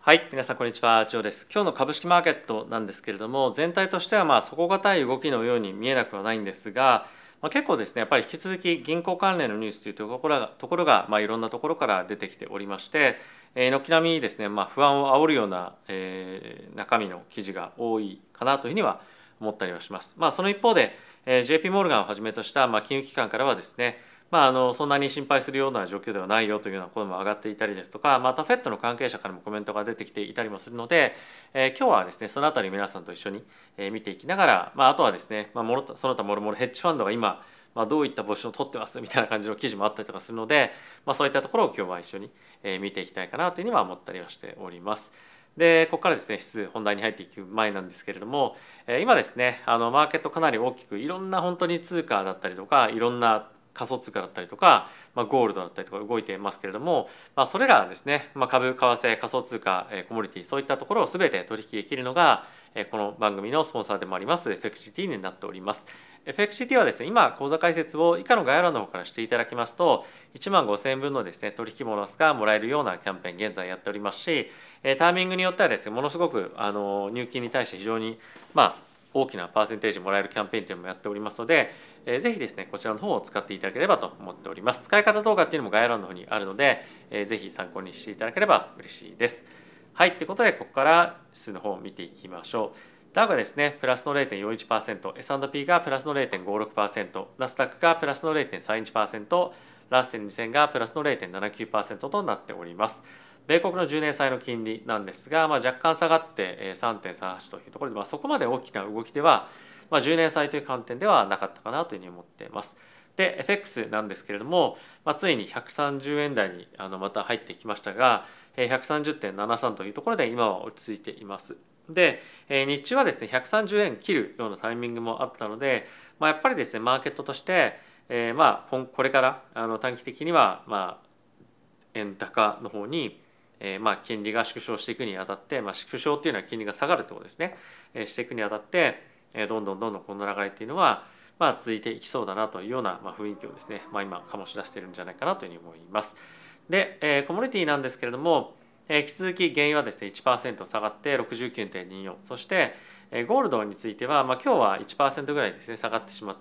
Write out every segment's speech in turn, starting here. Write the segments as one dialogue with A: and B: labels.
A: はい、皆さんこんにちは、ジョーです。今日の株式マーケットなんですけれども、全体としては底堅い動きのように見えなくはないんですが、結構ですね、やっぱり引き続き銀行関連のニュースというところがいろんなところから出てきておりまして、軒並みですね、不安を煽るような、中身の記事が多いかなというふうには思ったりはします。その一方で、JP モルガンをはじめとした金融機関からはですね、そんなに心配するような状況ではないよというような声も上がっていたりですとか、また FED の関係者からもコメントが出てきていたりもするので、今日はですねそのあたり皆さんと一緒に見ていきながら、あとはですね、その他もろもろヘッジファンドが今どういったポジションを取ってますみたいな感じの記事もあったりとかするので、そういったところを今日は一緒に見ていきたいかなというふうには思ったりはしております。でここからですね本題に入っていく前なんですけれども、今ですねマーケットかなり大きくいろんな本当に通貨だったりとかいろんな仮想通貨だったりとか、ゴールドだったりとか動いていますけれども、それらですね、株、為替、仮想通貨、コモディティそういったところを全て取引できるのがこの番組のスポンサーでもあります FXGT になっております。FXGT はですね、今口座開設を以下の概要欄の方からしていただきますと、1万5000円分のですね取引ボーナスがもらえるようなキャンペーン現在やっておりますし、タイミングによってはですね、ものすごく入金に対して非常に大きなパーセンテージもらえるキャンペーンというのもやっておりますので、ぜひですねこちらの方を使っていただければと思っております。使い方動画っていうのも概要欄の方にあるので、ぜひ参考にしていただければ嬉しいです。はい、ということでここから指数の方を見ていきましょう。ダウがですねプラスの 0.41%、 S&P がプラスの 0.56%、 ナスダックがプラスの 0.31%、 ラッセル2000がプラスの 0.79% となっております。米国の10年債の金利なんですが、若干下がって3.38 というところで、そこまで大きな動きでは、10年債という観点ではなかったかなというふうに思っています。で FX なんですけれども、ついに130円台にまた入ってきましたが、130.73 というところで今は落ち着いています。で日中はですね130円切るようなタイミングもあったので、やっぱりですねマーケットとして、これから短期的には円高の方に金利が縮小していくにあたって、縮小っていうのは金利が下がるということですね、していくにあたってどんどんこの流れっていうのは続いていきそうだなというような雰囲気をですね、今醸し出しているんじゃないかなというふうに思います。でコモディティなんですけれども、引き続き原油はですね 1% 下がって 69.24、 そしてゴールドについては、今日は 1% ぐらいですね下がってしまって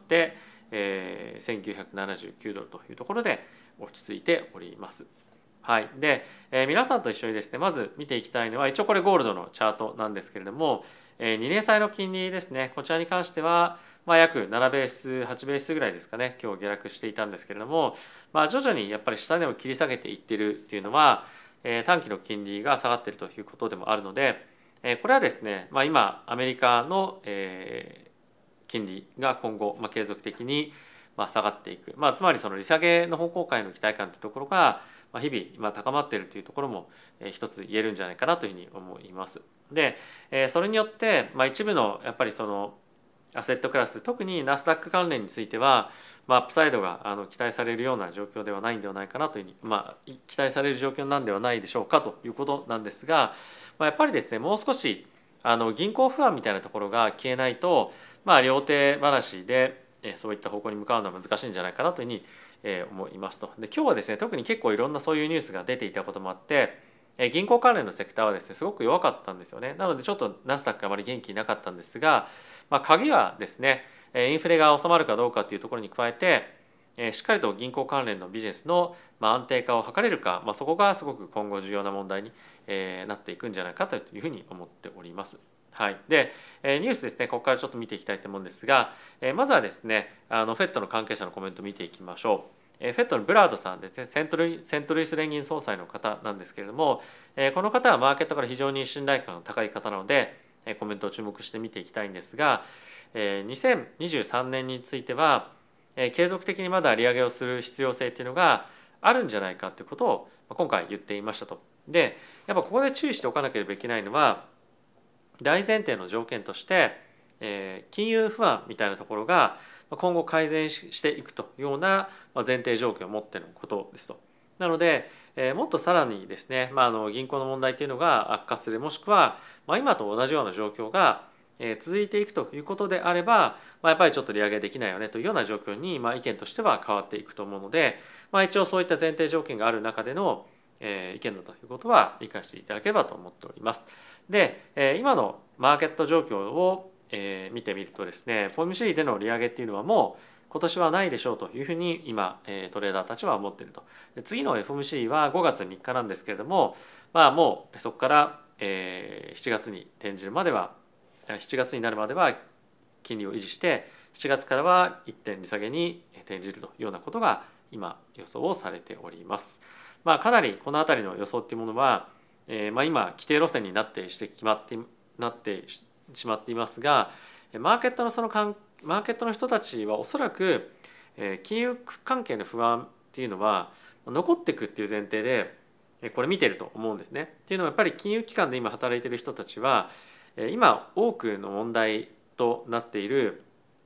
A: 、1979ドルというところで落ち着いております。はい、で、皆さんと一緒にですねまず見ていきたいのは、一応これゴールドのチャートなんですけれども、2年債の金利ですね、こちらに関しては、約7ベース8ベースぐらいですかね、今日下落していたんですけれども、徐々にやっぱり下値を切り下げていっているっていうのは、短期の金利が下がっているということでもあるので、これはですね、今アメリカの、金利が今後、継続的に下がっていく、つまりその利下げの方向感への期待感というところが日々今高まっているというところも一つ言えるんじゃないかなというふうに思います。でそれによって一部のやっぱりそのアセットクラス、特にナスダック関連についてはアップサイドが期待されるような状況ではないんではないかなというふうに、期待される状況なんではないでしょうかということなんですが、やっぱりですねもう少し銀行不安みたいなところが消えないと、両手話でそういった方向に向かうのは難しいんじゃないかなというふうに思いますと。で今日はですね特に結構いろんなそういうニュースが出ていたこともあって、銀行関連のセクターはですねすごく弱かったんですよね。なのでちょっとナスダックあまり元気なかったんですが、鍵はですねインフレが収まるかどうかというところに加えて、しっかりと銀行関連のビジネスの安定化を図れるか、そこがすごく今後重要な問題になっていくんじゃないかというふうに思っております。はい、でニュースですね、ここからちょっと見ていきたいと思うんですが、まずはですねFED の関係者のコメントを見ていきましょう。FED のブラードさんですね、セントルイス連銀総裁の方なんですけれども、この方はマーケットから非常に信頼感が高い方なのでコメントを注目して見ていきたいんですが、2023年については継続的にまだ利上げをする必要性っていうのがあるんじゃないかということを今回言っていましたと。でやっぱここで注意しておかなければいけないのは、大前提の条件として、金融不安みたいなところが今後改善していくというような前提条件を持ってのことですと。なのでもっとさらにですね、銀行の問題というのが悪化する、もしくは今と同じような状況が続いていくということであれば、やっぱりちょっと利上げできないよねというような状況に意見としては変わっていくと思うので、一応そういった前提条件がある中での意見だということは理解していただければと思っております。で、今のマーケット状況を見てみるとですね、FOMC での利上げっていうのはもう今年はないでしょうというふうに今トレーダーたちは思っていると。で次の FOMC は5月3日なんですけれども、もうそこから7月に転じるまでは7月になるまでは金利を維持して7月からは一点利下げに転じるというようなことが今予想をされております。かなりこの辺りの予想っていうものは、今規定路線になってしまっていますが、マーケットの人たちはおそらく金融関係の不安っていうのは残っていくっていう前提でこれ見てると思うんですね。っていうのはやっぱり金融機関で今働いている人たちは今多くの問題となっている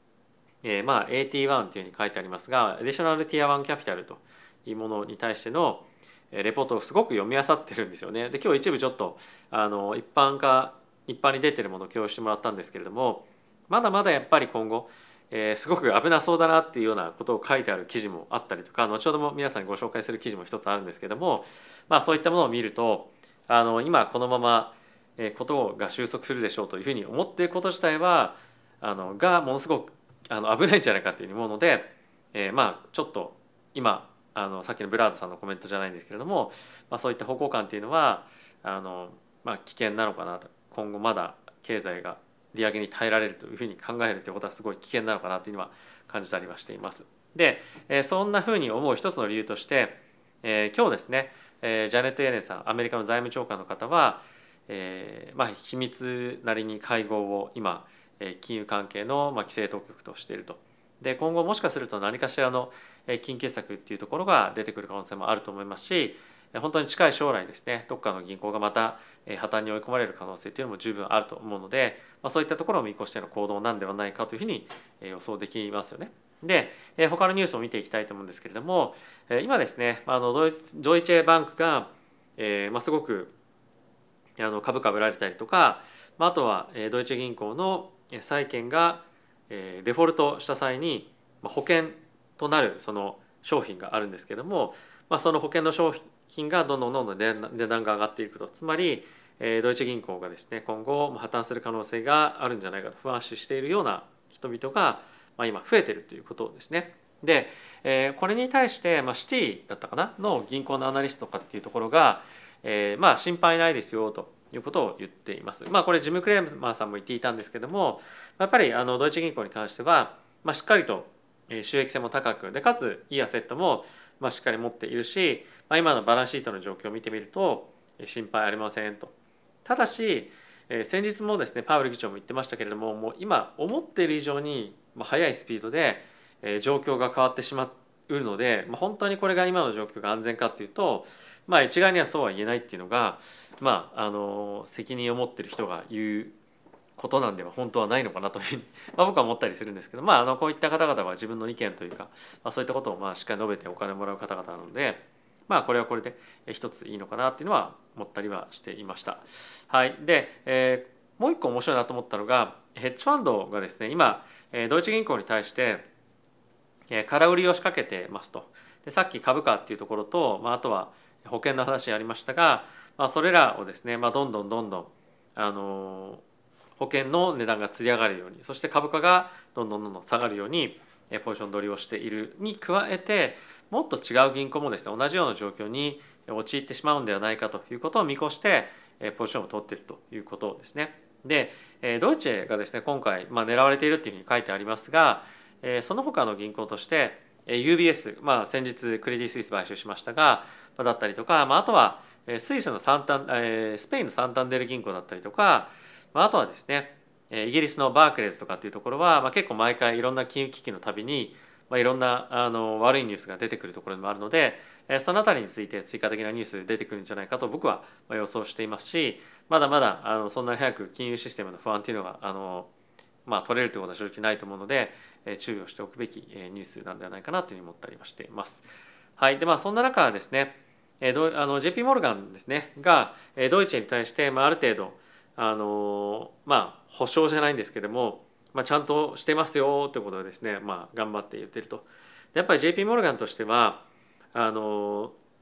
A: AT1 というふうに書いてありますが、アディショナルティア1キャピタルというものに対してのレポートをすごく読み漁ってるんですよね。で今日一部ちょっと一般に出てるものを共有してもらったんですけれども、まだまだやっぱり今後すごく危なそうだなっていうようなことを書いてある記事もあったりとか、後ほども皆さんにご紹介する記事も一つあるんですけども、そういったものを見ると今このままことが収束するでしょうというふうに思っていること自体はがものすごく危ないんじゃないかというふうに思うので、ちょっと今さっきのブラードさんのコメントじゃないんですけれども、そういった方向感っていうのは危険なのかなと。今後まだ経済が利上げに耐えられるというふうに考えるということはすごい危険なのかなというのは感じたりはしています。で、そんなふうに思う一つの理由として、今日ですね、ジャネット・イエレンさん、アメリカの財務長官の方は、秘密なりに会合を今金融関係の規制当局としていると。で今後もしかすると何かしらの緊急策っていうところが出てくる可能性もあると思いますし、本当に近い将来ですね、どっかの銀行がまた破綻に追い込まれる可能性というのも十分あると思うので、そういったところを見越しての行動なんではないかというふうに予想できますよね。で他のニュースを見ていきたいと思うんですけれども、今ですねドイツェバンクがすごく株価売られたりとか、あとはドイツ銀行の債券がデフォルトした際に保険となるその商品があるんですけども、その保険の商品がどんどん値段が上がっていくと。つまりドイツ銀行がですね今後破綻する可能性があるんじゃないかと不安視しているような人々が今増えているということですね。でこれに対してシティだったかなの銀行のアナリストとかっていうところが心配ないですよということを言っています。これジム・クレーマーさんも言っていたんですけども、やっぱりドイツ銀行に関してはしっかりと収益性も高くで、かついいアセットもしっかり持っているし、今のバランスシートの状況を見てみると心配ありませんと。ただし先日もですねパウエル議長も言ってましたけれども、もう今思っている以上に速いスピードで状況が変わってしまうので、本当にこれが今の状況が安全かっていうと一概にはそうは言えないっていうのが責任を持っている人が言うことなんでは本当はないのかなというふうに僕は思ったりするんですけど、こういった方々は自分の意見というか、そういったことをしっかり述べてお金をもらう方々なので、これはこれで一ついいのかなっていうのは思ったりはしていました。はい、で、もう一個面白いなと思ったのがヘッジファンドがですね今ドイツ銀行に対して空売りを仕掛けてますと。でさっき株価っていうところと、あとは保険の話ありましたが、それらをですね、どんどん保険の値段がつり上がるように、そして株価がどんどん下がるようにポジション取りをしているに加えて、もっと違う銀行もですね同じような状況に陥ってしまうんではないかということを見越してポジションを取っているということですね。でドイツェがですね今回狙われているというふうに書いてありますが、その他の銀行として UBS、先日クレディ・スイス買収しましたがだったりとか、あとはスペインのサンタンデール銀行だったりとか、あとはですねイギリスのバークレーズとかっていうところは、結構毎回いろんな金融危機のたびに、いろんな悪いニュースが出てくるところでもあるので、そのあたりについて追加的なニュース出てくるんじゃないかと僕は予想していますし、まだまだそんなに早く金融システムの不安っていうのが取れるということは正直ないと思うので、注意をしておくべきニュースなんではないかなというふうに思ったりはしています。はい、でそんな中ですねJP モルガンですねがドイツに対してある程度保証じゃないんですけども、ちゃんとしてますよということでですね、頑張って言ってると。でやっぱり JP モルガンとしては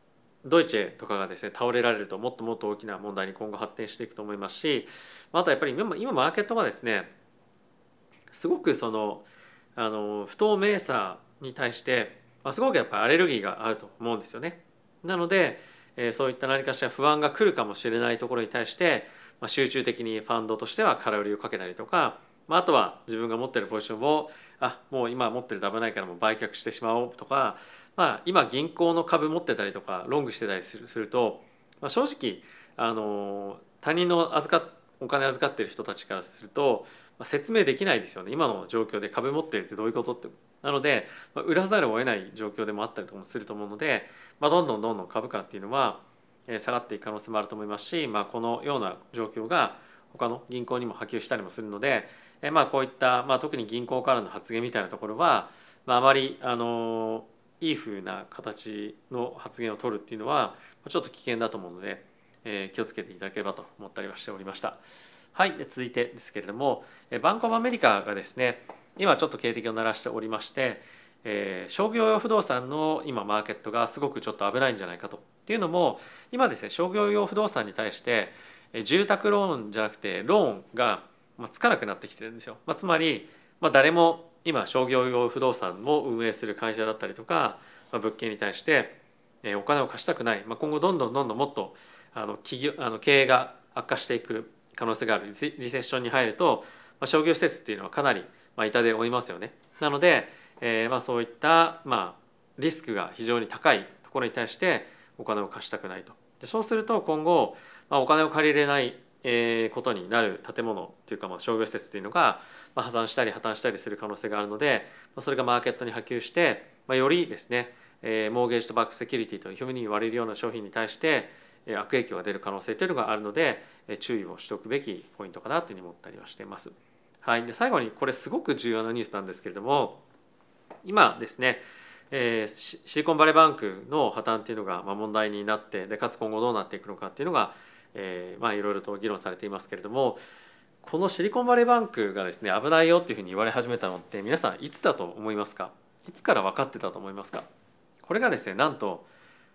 A: ドイツェとかがですね倒れられるともっともっと大きな問題に今後発展していくと思いますし、あとやっぱり今マーケットがですねすごく不透明さに対して、すごくやっぱりアレルギーがあると思うんですよね。なので、そういった何かしら不安が来るかもしれないところに対して、集中的にファンドとしては空売りをかけたりとか、あとは自分が持っているポジションをもう今持ってると危ないからもう売却してしまおうとか、今銀行の株持ってたりとかロングしてたりすると、正直他人のお金預かっている人たちからすると説明できないですよね。今の状況で株持ってるってどういうことって。なので売らざるを得ない状況でもあったりとかもすると思うので、どんどん株価っていうのは下がっていく可能性もあると思いますし、このような状況が他の銀行にも波及したりもするので、こういった、特に銀行からの発言みたいなところは、あまりいい風な形の発言を取るっていうのはちょっと危険だと思うので、気をつけていただければと思ったりはしておりました。はい、で続いてですけれども、バンクオブアメリカがですね今ちょっと警笛を鳴らしておりまして、商業用不動産の今マーケットがすごくちょっと危ないんじゃないかと。っていうのも今ですね商業用不動産に対して住宅ローンじゃなくてローンがつかなくなってきてるんですよ。つまり誰も今商業用不動産を運営する会社だったりとか物件に対してお金を貸したくない、今後どんどんもっと経営が悪化していく可能性があるリセッションに入ると、商業施設っていうのはかなり痛手を負いますよね。なので、そういった、リスクが非常に高いところに対してお金を貸したくないと。でそうすると今後、お金を借りれないことになる建物というか商業施設というのが破産したり破綻したりする可能性があるので、それがマーケットに波及してよりですねモーゲージとバックセキュリティというふうに言われるような商品に対して悪影響が出る可能性というのがあるので注意をしておくべきポイントかなというふうに思ったりはしています。はい、で最後にこれすごく重要なニュースなんですけれども、今ですねシリコンバレーバンクの破綻っていうのが問題になって、でかつ今後どうなっていくのかっていうのがいろいろと議論されていますけれども、このシリコンバレーバンクがですね危ないよっていうふうに言われ始めたのって皆さんいつだと思いますか？いつから分かってたと思いますか？これがですねなんと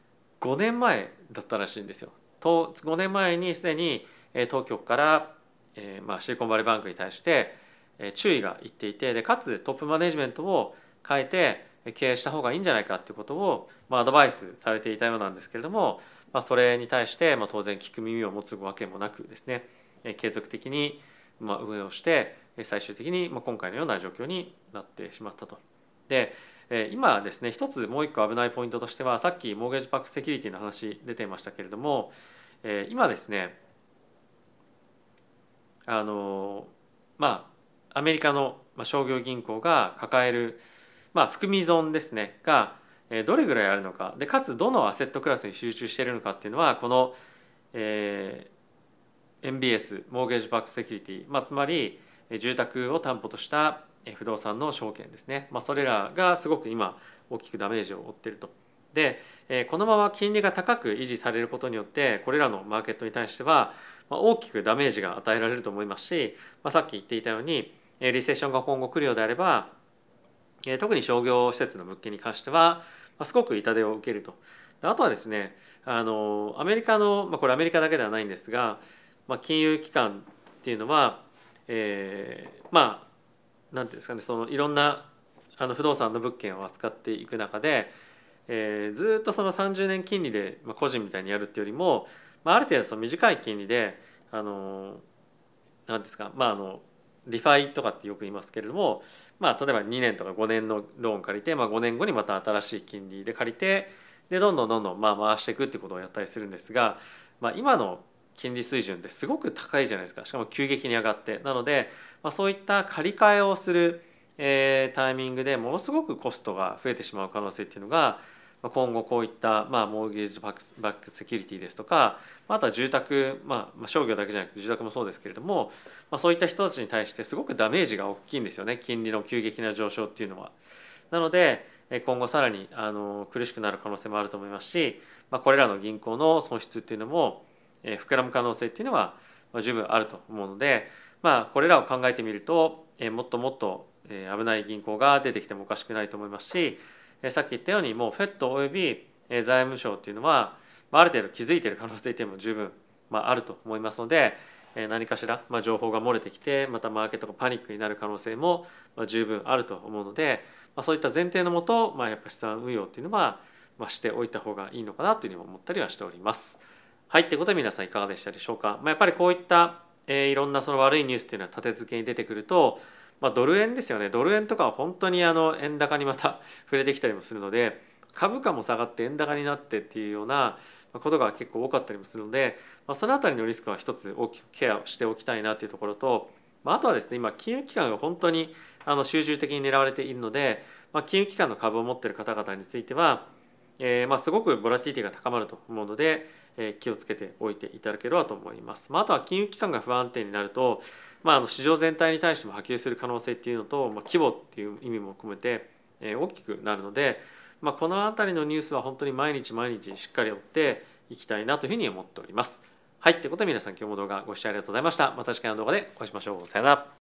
A: 5年前だったらしいんですよ。5年前にすでに当局からシリコンバレーバンクに対して注意がいっていて、でかつトップマネジメントを変えて経営した方がいいんじゃないかっていうことをアドバイスされていたようなんですけれども、それに対して当然聞く耳を持つわけもなくですね継続的に運営をして最終的に今回のような状況になってしまったと。で今ですね一つもう一個危ないポイントとしては、さっきモーゲージバックセキュリティの話出ていましたけれども、今ですねアメリカの商業銀行が抱える含み損ですねがどれぐらいあるのかで、かつどのアセットクラスに集中しているのかっていうのはこの、MBS モーゲージバックセキュリティ、つまり住宅を担保とした不動産の証券ですね、それらがすごく今大きくダメージを負っていると。でこのまま金利が高く維持されることによってこれらのマーケットに対しては大きくダメージが与えられると思いますし、さっき言っていたようにリセッションが今後来るようであれば特に商業施設の物件に関してはすごく痛手を受けると。あとはですねアメリカの、これアメリカだけではないんですが、金融機関っていうのはなんていうんですかね、いろんな不動産の物件を扱っていく中で、ずっとその30年金利で、個人みたいにやるっていうよりも、ある程度その短い金利でなんですか、リファイとかってよく言いますけれども、例えば2年とか5年のローン借りて、5年後にまた新しい金利で借りて、でどんどん回していくっていうことをやったりするんですが、今の金利水準ってすごく高いじゃないですか。しかも急激に上がって、なので、そういった借り換えをするタイミングでものすごくコストが増えてしまう可能性っていうのが今後こういったモーゲージバックセキュリティですとか、あとは住宅、商業だけじゃなくて住宅もそうですけれども、そういった人たちに対してすごくダメージが大きいんですよね、金利の急激な上昇っていうのは。なので今後さらに苦しくなる可能性もあると思いますし、これらの銀行の損失っていうのも膨らむ可能性っていうのは十分あると思うので、これらを考えてみるともっともっと危ない銀行が出てきてもおかしくないと思いますし、さっき言ったようにもう FED および財務省っていうのはある程度気づいている可能性というのも十分、あると思いますので、何かしら、情報が漏れてきてまたマーケットがパニックになる可能性も、十分あると思うので、そういった前提のもと、やっぱ資産運用っていうのは、しておいた方がいいのかなというふうに思ったりはしております。はい、ということで皆さんいかがでしたでしょうか。やっぱりこういった、いろんなその悪いニュースっていうのは立て続けに出てくると、ドル円ですよね。ドル円とかは本当に円高にまた触れてきたりもするので、株価も下がって円高になってっていうようなことが結構多かったりもするので、そのあたりのリスクは一つ大きくケアをしておきたいなというところと、あとはですね、今金融機関が本当に集中的に狙われているので、金融機関の株を持っている方々については、すごくボラティティが高まると思うので、気をつけておいていただければと思います。あとは金融機関が不安定になると、市場全体に対しても波及する可能性っていうのと、規模っていう意味も含めて大きくなるので、このあたりのニュースは本当に毎日毎日しっかり追っていきたいなというふうに思っております。はい、ということで皆さん今日も動画ご視聴ありがとうございました。また次回の動画でお会いしましょう。さよなら。